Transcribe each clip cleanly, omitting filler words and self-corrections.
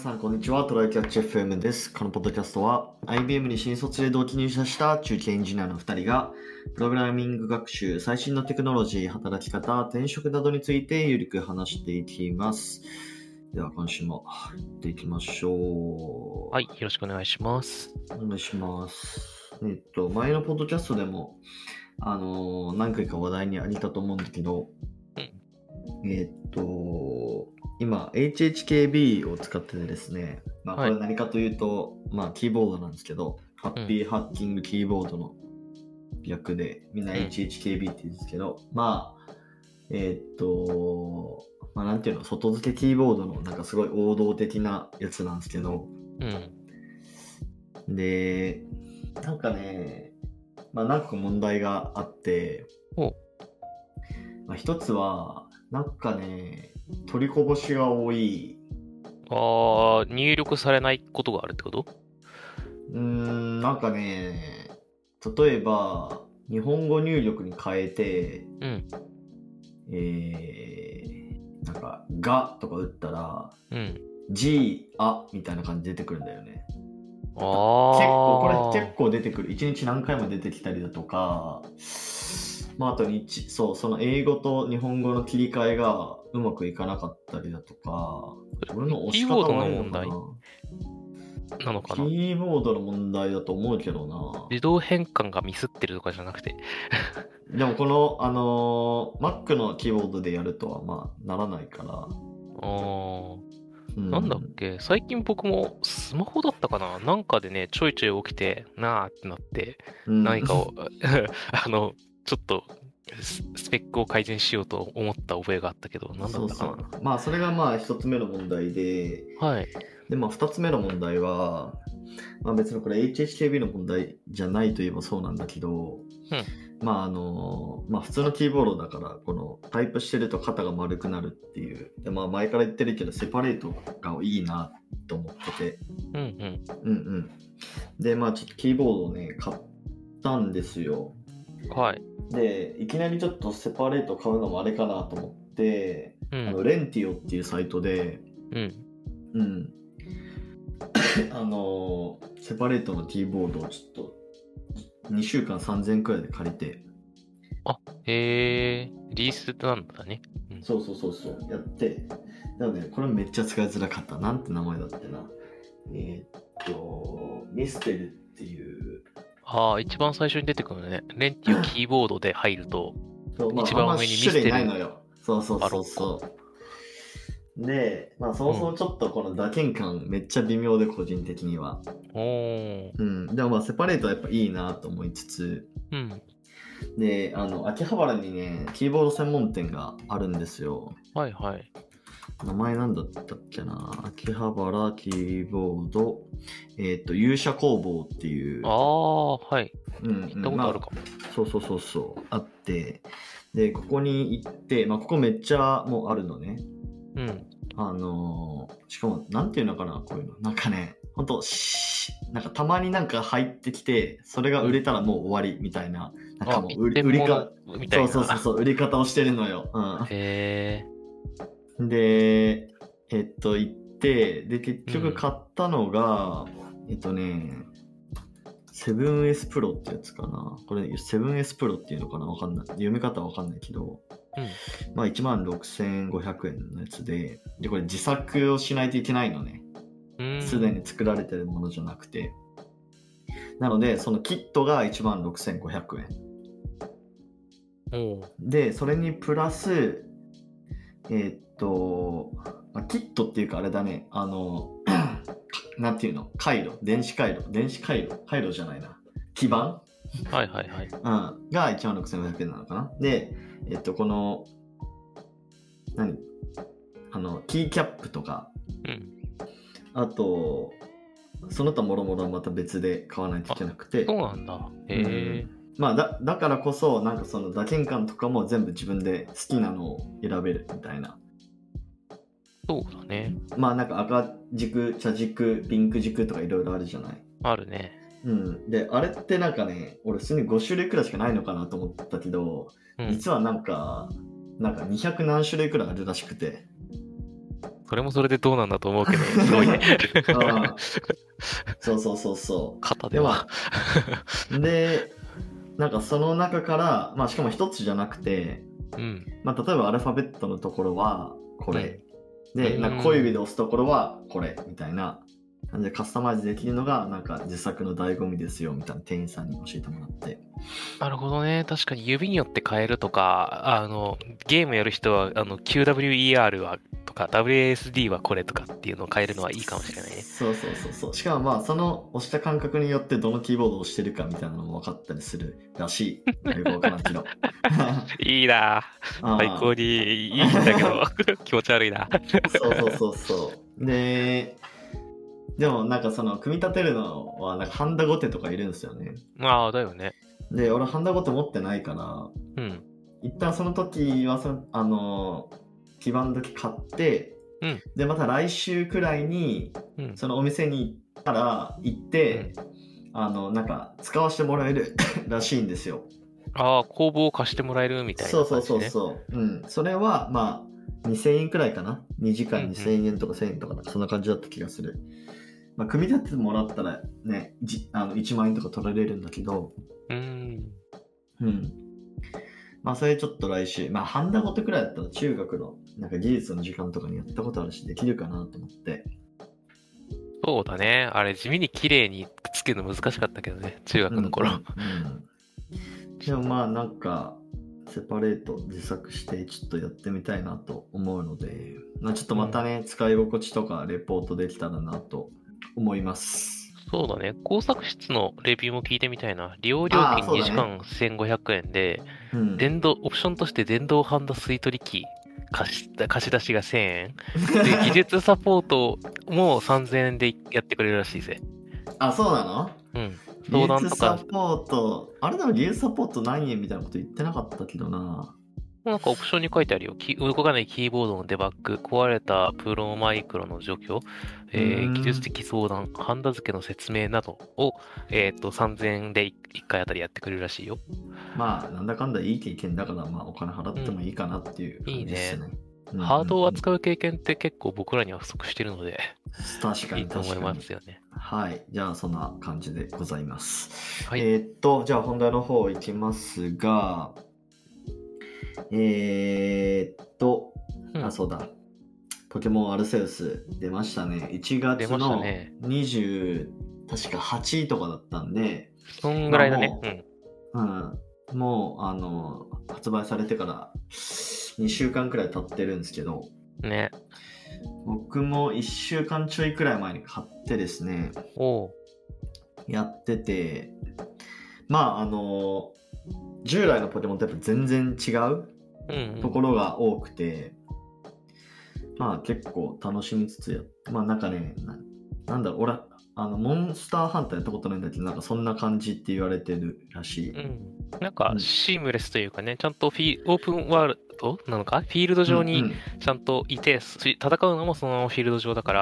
さん、こんにちは。トライキャッチ FM です。このポッドキャストは、IBM に新卒で同期入社した中堅エンジニアの2人が、プログラミング学習、最新のテクノロジー、働き方、転職などについてゆるく話していきます。では、今週もやっていきましょう。 はい、よろしくお願いします。 お願いします。前のポッドキャストでも、何回か話題にありたと思うんだけど、今 HHKB を使っててですね、これ何かというと、キーボードなんですけど、ハッピーハッキングキーボードの略でみんな HHKB って言うんですけど、なんていうの、外付けキーボードのなんかすごい王道的なやつなんですけど、で、なんかね、何個か問題があって、一つは、なんかね、取りこぼしが多い。 入力されないことがあるってこと？ なんかね、例えば、日本語入力に変えて、なんか、がとか打ったら、G、あみたいな感じで出てくるんだよね。これ結構出てくる。1日何回も出てきたりだとか、あとその英語と日本語の切り替えがうまくいかなかったりだとか、俺の押し方悪いのかな？ なのかな？ キーボードの問題だと思うけどな。 自動変換がミスってるとかじゃなくて。 でもこの、Mac のキーボードでやるとはならないから。 なんだっけ、最近僕もスマホだったかな、なんかでね、ちょいちょい起きて、なーってなって、何かを、ちょっとスペックを改善しようと思った覚えがあったけど、なんだったかな。 それが一つ目の問題で、で、二つ目の問題は、別にこれ HHKB の問題じゃないといえばそうなんだけど、普通のキーボードだから、このタイプしてると肩が丸くなるっていう。で、前から言ってるけど、セパレートがいいなと思ってて。で、ちょっとキーボードをね、買ったんですよ。で、いきなりちょっとセパレート買うのもあれかなと思って、レンティオっていうサイトで、セパレートのキーボードをちょっと2週間3000円くらいで借りて。 リースなんだね。 そう、やって。なので、これめっちゃ使いづらかった。なんて名前だってな。ミステルっていう。 一番最初に出てくるのね。レンティオキーボードで入ると、一番上にミステル。 ないのよ。そう。で、そもそもちょっとこの打鍵感めっちゃ微妙で、個人的には。でもセパレートはやっぱいいなと思いつつ、で、秋葉原にね、キーボード専門店があるんですよ。名前なんだったっけな、秋葉原キーボード、勇者工房っていう。 行ったことあるかも。 そう、あって、で、ここに行って、ここめっちゃもうあるのね。しかも、なんていうのかな、こういうの。なんかね、ほんと、なんかたまになんか入ってきて、それが売れたらもう終わりみたいな、なんかもう売り方、そう、売り方をしてるのよ。で、行って、で、結局買ったのが、7S Pro ってやつかな。これ 7S Pro っていうのかな、わかんない。読み方はわかんないけど、16,500円のやつで、これ自作をしないといけないのね。すでに作られてるものじゃなくて。なので、そのキットが16,500円。で、それにプラス、キットっていうかあれだね、なんていうの、電子回路じゃないな。基板が16,500円なのかな。で、この、キーキャップとか、あと、その他もろもろはまた別で買わないといけなくて。 そうなんだ。 だからこそ、なんかその打鍵感とかも全部自分で好きなのを選べるみたいな。 そうだね。 なんか赤軸、茶軸、ピンク軸とかいろいろあるじゃない。 あるね。 で、あれってなんかね、俺普通に5種類くらいしかないのかなと思ったけど、実はなんか200何種類くらいあるらしくて。 それもそれでどうなんだと思うけど、すごいね。 そう。 肩では。 で、なんかその中から、まあしかも一つじゃなくて、まあ例えばアルファベットのところはこれ、で、なんか小指で押すところはこれみたいな感じでカスタマイズできるのがなんか自作の醍醐味ですよみたいな店員さんに教えてもらって。 なるほどね。確かに指によって変えるとか、ゲームやる人は、QWER はとか、WASD はこれとかっていうのを変えるのはいいかもしれないね。 そう。しかもまあ、その押した感覚によってどのキーボードを押してるかみたいなのも分かったりするらしい。よく分からんけど。 いいな最高にいいんだけど、気持ち悪いな。 そう。でもなんかその、組み立てるのはなんかハンダゴテとかいるんですよね。 ああ、だよね。 で、俺ハンダゴテ持ってないから、一旦その時は基板時買って、でまた来週くらいに、そのお店に行って、なんか使わせてもらえるらしいんですよ。 ああ、工房を貸してもらえるみたいな感じ、ね。 そう。それはまあ2000円くらいかな。2時間2000円とか1000円とかそんな感じだった気がする。まあ、組み立ててもらったらね、1万円とか取られるんだけど、まあそれちょっと来週、まあハンダゴテくらいだったら中学のなんか技術の時間とかにやったことあるしできるかなと思って。 そうだね。あれ地味に綺麗にくっつけるの難しかったけどね、中学の頃。 でもまあなんかセパレート自作してちょっとやってみたいなと思うので、まあ、ちょっとまたね、使い心地とかレポートできたらなと思います。 そうだね。工作室のレビューも聞いてみたいな。利用料金2時間1500円で、オプションとして電動ハンダ吸い取り機貸し出しが1000円。で、技術サポートも3000円でやってくれるらしいぜ。 あ、そうなの？ 相談とか。 技術サポート、あれでも技術サポート何円みたいなこと言ってなかったけどな。 なんかオプションに書いてあるよ。動かないキーボードのデバッグ、壊れたプロマイクロの除去、技術的相談、ハンダ付けの説明などを、3000円で1回あたりやってくれるらしいよ。 まあ、なんだかんだいい経験だから、まあ、お金払ってもいいかなっていう感じですね。 いいね。ハードを扱う経験って結構僕らには不足してるので、 確かにいいと思いますよね。 はい。じゃあ、そんな感じでございます。はい、じゃあ本題の方いきますが、そうだ。ポケモンアルセウス出ましたね。1月の20、確か8とかだったんで。 そんぐらいだね。 もう、発売されてから2週間くらい経ってるんですけど。 ね。 僕も1週間ちょいくらい前に買ってですね。やってて、まあ、従来のポケモンとやっぱ全然違うところが多くて、まあ結構楽しみつつやって、まあなんかね、なんだろう、俺、モンスターハンターやったことないんだけど、なんかそんな感じって言われてるらしい。 なんかシームレスというかね、ちゃんとオープンワールドなのかフィールド上にちゃんといて、戦うのもそのままフィールド上だから、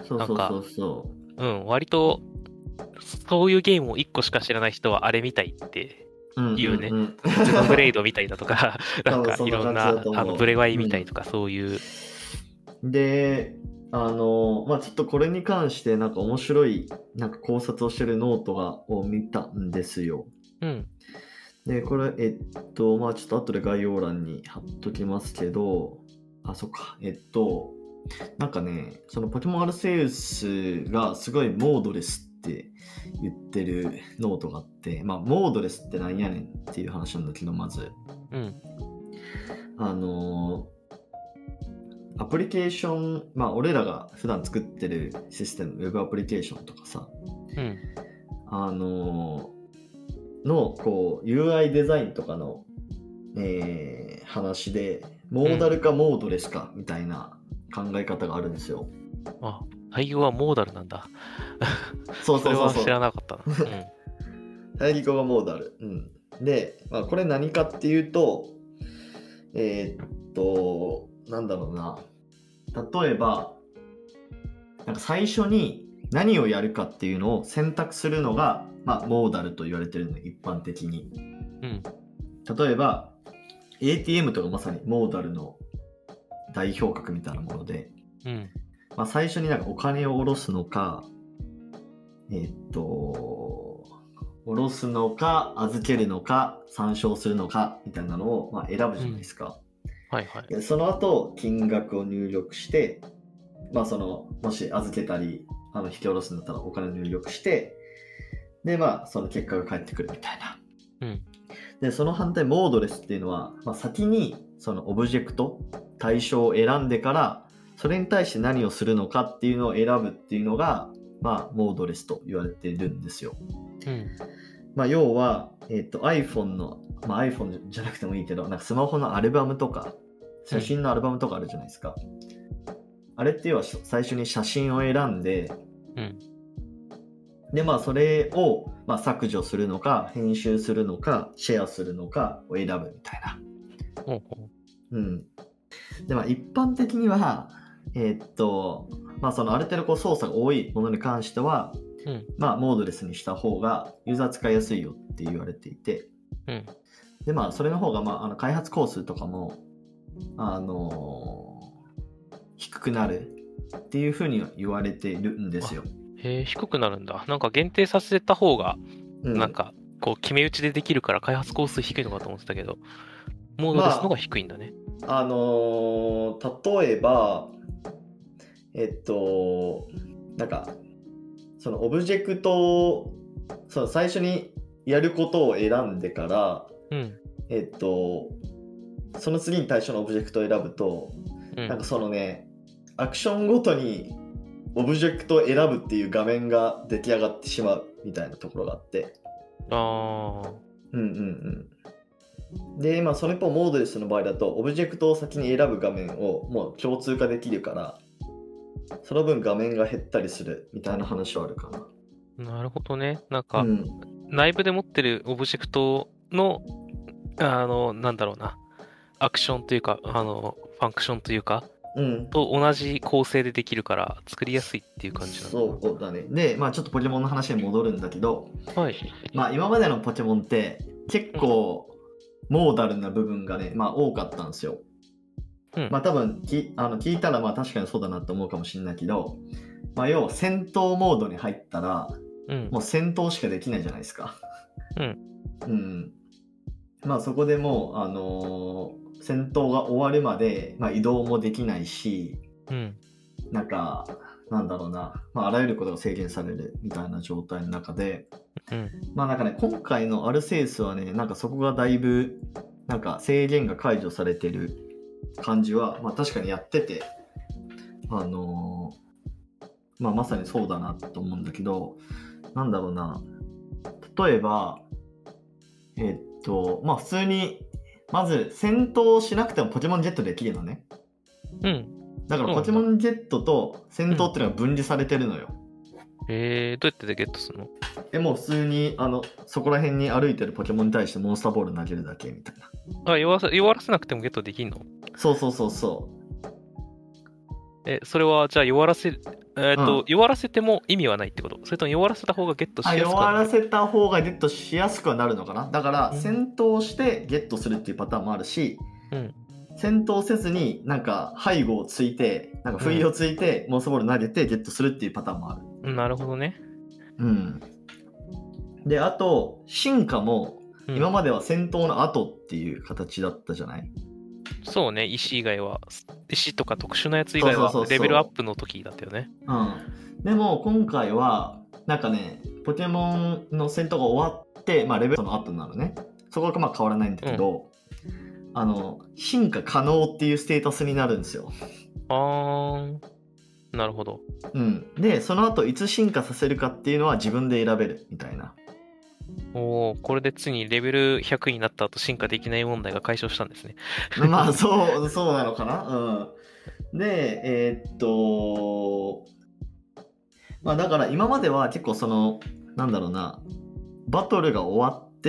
割と、そういうゲームを1個しか知らない人はあれみたいって言うね。ゼノブレイドみたいだとか、なんかいろんな、ブレワイみたいとかそういう。 で、まあちょっとこれに関してなんか面白いなんか考察をしてるノートを見たんですよ。で、これ、まあちょっと後で概要欄に貼っときますけど、そっか、なんかね、そのポケモンアルセウスがすごいモードレスって言ってるノートがあって、まあモードレスってなんやねんっていう話なんだけど、まず。アプリケーション、まあ俺らが普段作ってるシステム、ウェブアプリケーションとかさ、のこう UI デザインとかの、話で、モーダルかモードレスかみたいな考え方があるんですよ。 対応はモーダルなんだ。 そう。 それは知らなかったな。 対義語がモーダル。で、まあ、これ何かっていうと、なんだろうな。例えば、なんか最初に何をやるかっていうのを選択するのが、まあ、モーダルと言われてるの、一般的に。例えば、ATM とかまさにモーダルの代表格みたいなもので、 うん。 まあ、最初になんかお金を下ろすのか、下ろすのか、預けるのか、参照するのか、みたいなのをまあ選ぶじゃないですか。 はいはい。 でその後、金額を入力して、まあもし預けたり、引き下ろすんだったらお金を入力して、で、まあ、その結果が返ってくるみたいな。 うん。 で、その反対、モードレスっていうのは、まあ、先にそのオブジェクト、対象を選んでから、それに対して何をするのかっていうのを選ぶっていうのが、まあ、モードレスと言われているんですよ。 うん。 まあ、要は、iPhone の、まあ、iPhone じゃなくてもいいけど、なんかスマホのアルバムとか、写真のアルバムとかあるじゃないですか。あれっていうのは最初に写真を選んで、 うん。 で、まあ、それを、まあ、削除するのか、編集するのか、シェアするのかを選ぶみたいな。 ほうほう。うん。で、まあ、一般的には、まあ、そのある程度こう操作が多いものに関しては、 うん。 まあ、モードレスにした方がユーザー使いやすいよって言われていて、 うん。 で、まあ、それの方が、まあ、開発工数とかも、低くなるっていうふうには言われているんですよ。 へえ、低くなるんだ。なんか限定させた方が、なんか、こう、決め打ちでできるから開発工数低いのかと思ってたけど、モードレスのが低いんだね。 まあ、例えば、なんか、そのオブジェクト、その最初にやることを選んでから、 うん。 その次に対象のオブジェクトを選ぶと、 うん、 なんかそのね、アクションごとにオブジェクトを選ぶっていう画面が出来上がってしまうみたいなところがあって。 ああ。 うんうんうん。で、まあその一方モードレスの場合だと、オブジェクトを先に選ぶ画面をもう共通化できるから、その分画面が減ったりするみたいな話はあるかな。 なるほどね。なんか、内部で持ってるオブジェクトの、なんだろうな、アクションというか、ファンクションというか、と同じ構成でできるから作りやすいっていう感じなんだ。 そうだね。で、まあちょっとポケモンの話に戻るんだけど、 はい。 まあ今までのポケモンって結構モーダルな部分がね、まあ多かったんですよ。 うん、 まあ多分聞いたらまあ確かにそうだなって思うかもしれないけど、まあ要は戦闘モードに入ったら、もう戦闘しかできないじゃないですか。 うん。 うん。まあそこでもう、戦闘が終わるまで、まあ、移動もできないし、なんか、なんだろうな、まあ、あらゆることが制限されるみたいな状態の中で、まあなんかね、今回のアルセウスはね、なんかそこがだいぶ、なんか制限が解除されてる感じは、まあ確かにやってて、まあまさにそうだなと思うんだけど、なんだろうな、例えば、まあ普通に、まず戦闘しなくてもポケモンジェットできるのね。 うん。 だからポケモンジェットと戦闘っていうのが分離されてるのよ。 どうやってゲットするの？ もう普通にそこら辺に歩いてるポケモンに対してモンスターボール投げるだけみたいな。 弱らせなくてもゲットできんの？ そう。 それはじゃあ弱らせても意味はないってこと？それとも弱らせた方がゲットしやすくなる？ 弱らせた方がゲットしやすくはなるのかな。だから戦闘してゲットするっていうパターンもあるし、戦闘せずになんか背後をついて、なんか不意をついてモンスターボール投げてゲットするっていうパターンもある。 なるほどね。 で、あと進化も今までは戦闘の後っていう形だったじゃない？ そうね、石とか特殊なやつ以外はレベルアップの時だったよね。 でも今回はなんかね、ポケモンの戦闘が終わって、まあレベルの後になるね。そこはまあ変わらないんだけど、進化可能っていうステータスになるんですよ。 なるほど。 で、その後いつ進化させるかっていうのは自分で選べるみたいな。 これでついにレベル100になった後進化できない問題が解消したんですね。 まあそうなのかな。で、まあだから今までは結構なんだろうな、バトルが終わって、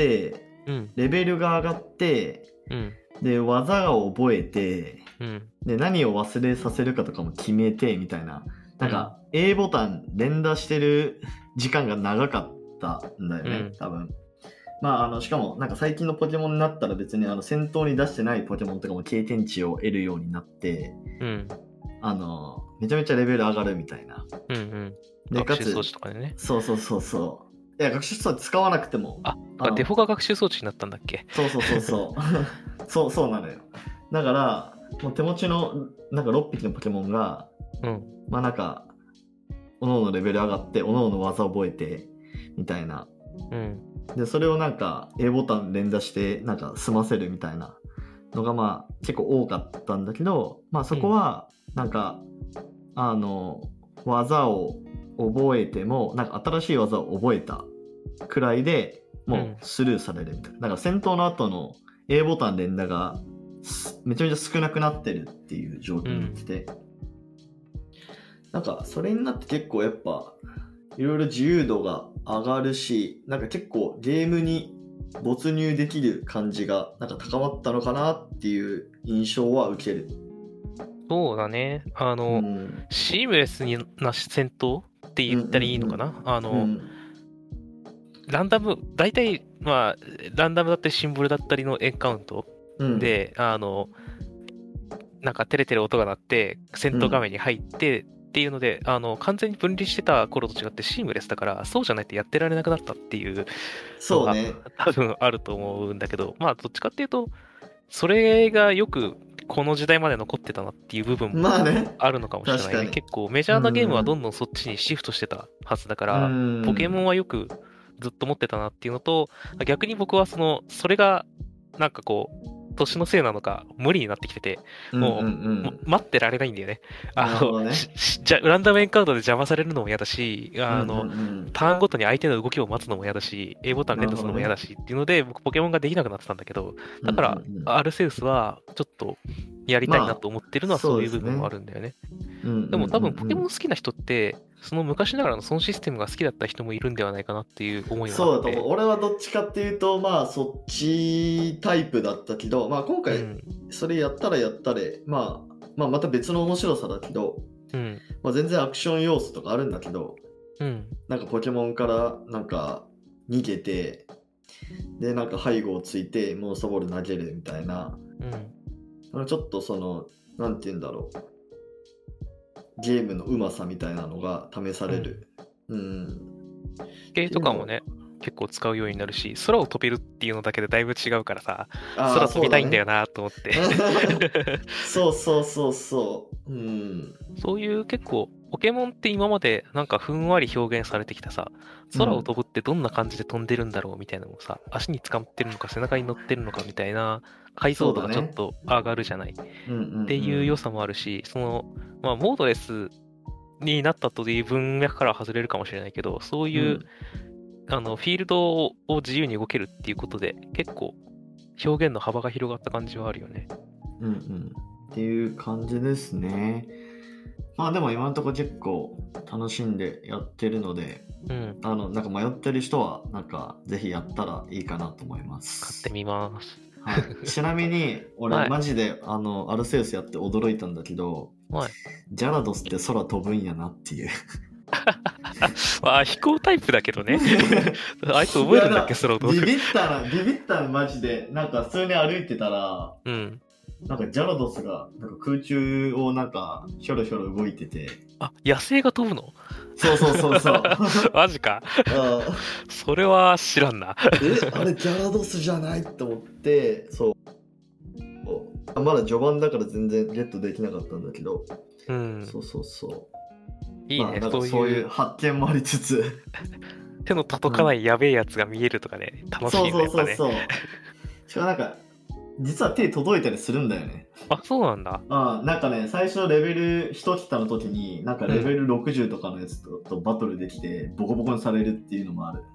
レベルが上がって、で技を覚えて、で何を忘れさせるかとかも決めてみたいな、なんか A ボタン連打してる時間が長かったんだよね、多分。まあしかもなんか最近のポケモンになったら別に戦闘に出してないポケモンとかも経験値を得るようになって、 めちゃめちゃレベル上がるみたいな。 うんうん。 で、 学習装置とかでね。 そうそうそうそう。いや、学習装置使わなくても。 デフォが学習装置になったんだっけ？ そうそうそうそう。そうなのよ。だから、もう手持ちのなんか6匹のポケモンが、まあなんか、各々レベル上がって、各々技覚えて、みたいな。で、それをなんか A ボタン連打して、なんか済ませるみたいなのがまあ結構多かったんだけど、まあそこは、なんか、技を覚えても、なんか新しい技を覚えたくらいでもうスルーされるみたいな。だから戦闘の後の A ボタン連打がめちゃめちゃ少なくなってるっていう状況になってて、なんかそれになって結構やっぱいろいろ自由度が上がるし、なんか結構ゲームに没入できる感じがなんか高まったのかなっていう印象は受ける。 そうだね。シームレスな戦闘って言ったらいいのかな。ランダム、大体、まあ、ランダムだったりシンボルだったりのエンカウントで、なんかテレテレ音が鳴って、戦闘画面に入って、っていうので、完全に分離してた頃と違ってシームレスだから、そうじゃないとやってられなくなったっていうのが、多分あると思うんだけど、まあ、どっちかっていうと、それがよくこの時代まで残ってたなっていう部分もあるのかもしれないね。結構メジャーなゲームはどんどんそっちにシフトしてたはずだから、ポケモンはよくずっと持ってたなっていうのと、逆に僕はそれがなんかこう、年のせいなのか無理になってきてて、もう待ってられないんだよね。ランダムエンカウントで邪魔されるのも嫌だし、ターンごとに相手の動きを待つのも嫌だし、A ボタン連打するのも嫌だしっていうので、僕ポケモンができなくなってたんだけど、だから、アルセウスはちょっとやりたいなと思ってるのはそういう部分もあるんだよね。でも多分ポケモン好きな人って、その昔ながらのそのシステムが好きだった人もいるんではないかなっていう思いはあって。 そうだと思う。俺はどっちかっていうと、まあそっちタイプだったけど、まあ今回それやったらまあまた別の面白さだけど、まあ、全然アクション要素とかあるんだけど、なんかポケモンからなんか逃げて、でなんか背後をついてモンスターボール投げるみたいな、ちょっとなんて言うんだろう、ゲームのうまさみたいなのが試される。 系とかもね、結構使うようになるし、空を飛べるっていうのだけでだいぶ違うからさ、空飛びたいんだよなと思って。 そう。 そういう結構、ポケモンって今までなんかふんわり表現されてきたさ、空を飛ぶってどんな感じで飛んでるんだろうみたいなのもさ、足に使ってるのか背中に乗ってるのかみたいな解像度がちょっと上がるじゃない。っていう良さもあるし、まあ、モードレスになったという文脈からは外れるかもしれないけど、そういう、フィールドを自由に動けるっていうことで、結構表現の幅が広がった感じはあるよね。 っていう感じですね。まあでも今のところ結構楽しんでやってるので、なんか迷ってる人はなんかぜひやったらいいかなと思います。 買ってみます。 はい、ちなみに俺マジで、アルセウスやって驚いたんだけど、ジャラドスって空飛ぶんやなっていうまあ飛行タイプだけどねあいつ覚えるんだっけ空を飛ぶ。 ビビったのマジで。なんか普通に歩いてたら、なんかジャラドスがなんか空中をなんかひょろひょろ動いてて。 野生が飛ぶの？ そうマジか。それは知らんな。 あれジャラドスじゃないと思って、まだ序盤だから全然ゲットできなかったんだけど、 いいね、 なんかそういう発見もありつつ手の届かないやべえやつが見えるとかね、楽しいね。 しかもなんか実は手届いたりするんだよね。 そうなんだ。 なんかね、最初レベル1桁の時になんかレベル60とかのやつとバトルできてボコボコにされるっていうのもある。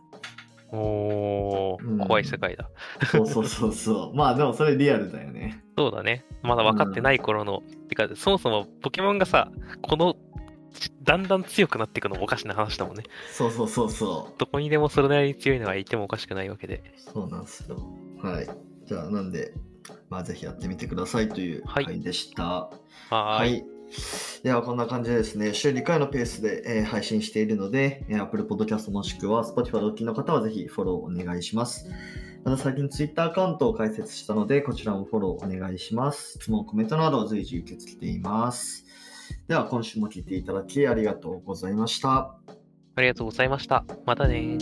怖い世界だ。 そうまあでもそれリアルだよね。 そうだね。まだ分かってない頃の、てかそもそもポケモンがさ、だんだん強くなっていくのもおかしな話だもんね。 そうどこにでもそれなりに強いのがいてもおかしくないわけで。 そうなんですよ。はい。じゃあなんで、まあぜひやってみてくださいという回でした。 はい。 ではこんな感じでですね、週2回のペースで、配信しているので、Apple Podcast もしくは Spotify でお聞きの方はぜひフォローお願いします。また最近 Twitter アカウントを開設したので、こちらもフォローお願いします。質問、コメントなどを随時受け付けています。 では今週も聞いていただきありがとうございました。 ありがとうございました。またね。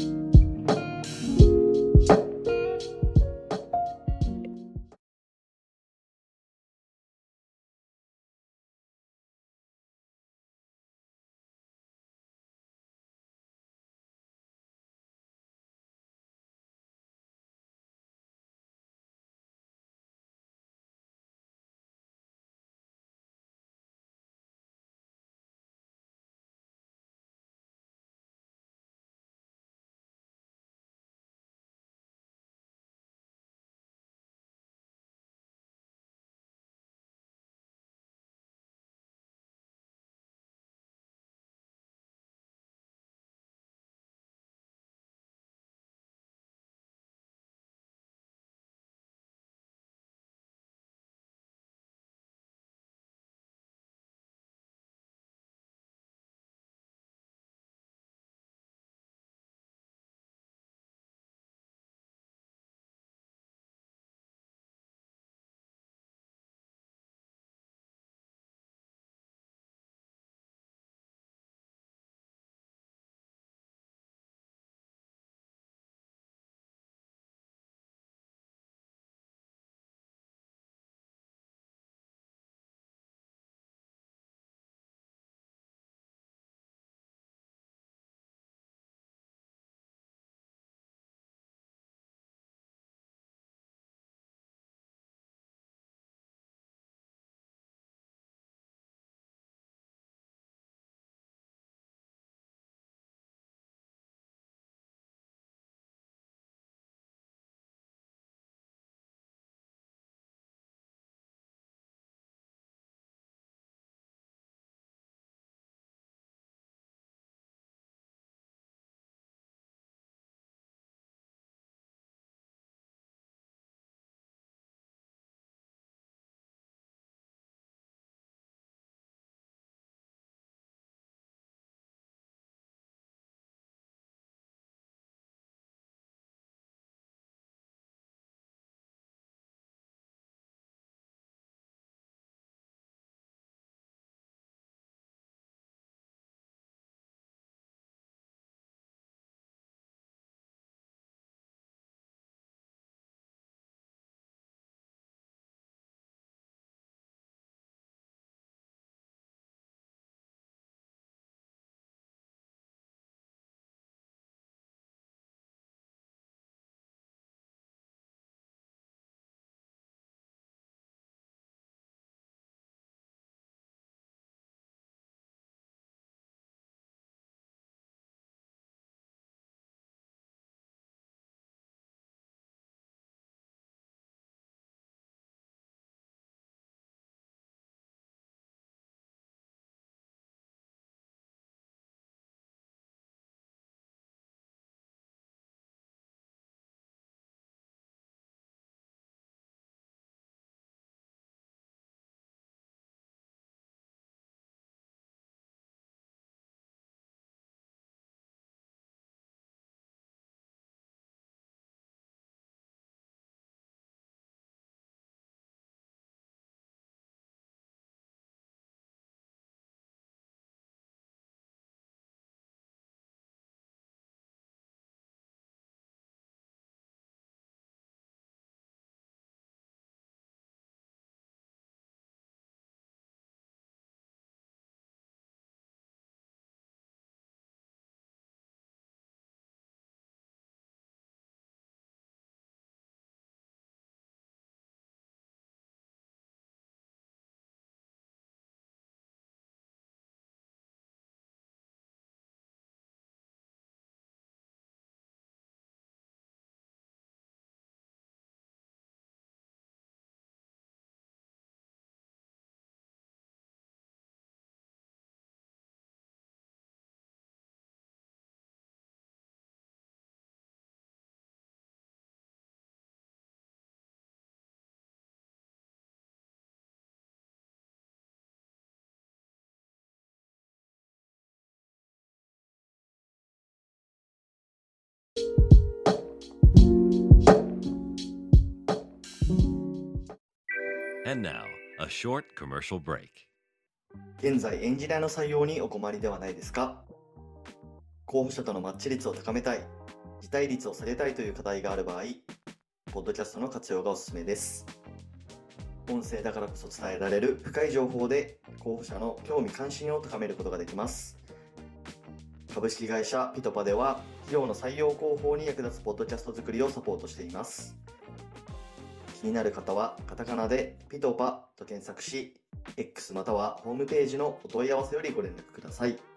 And now, a short commercial break. 現在エンジニアの採用にお困りではないですか？候補者とのマッチ率を高めたい、辞退率を下げたいという課題がある場合、ポッドキャストの活用がおすすめです。音声だからこそ伝えられる深い情報で候補者の興味関心を高めることができます。株式会社ピトパでは企業の採用広報に役立つポッドキャスト作りをサポートしています。気になる方はカタカナでピトパと検索し、X またはホームページのお問い合わせよりご連絡ください。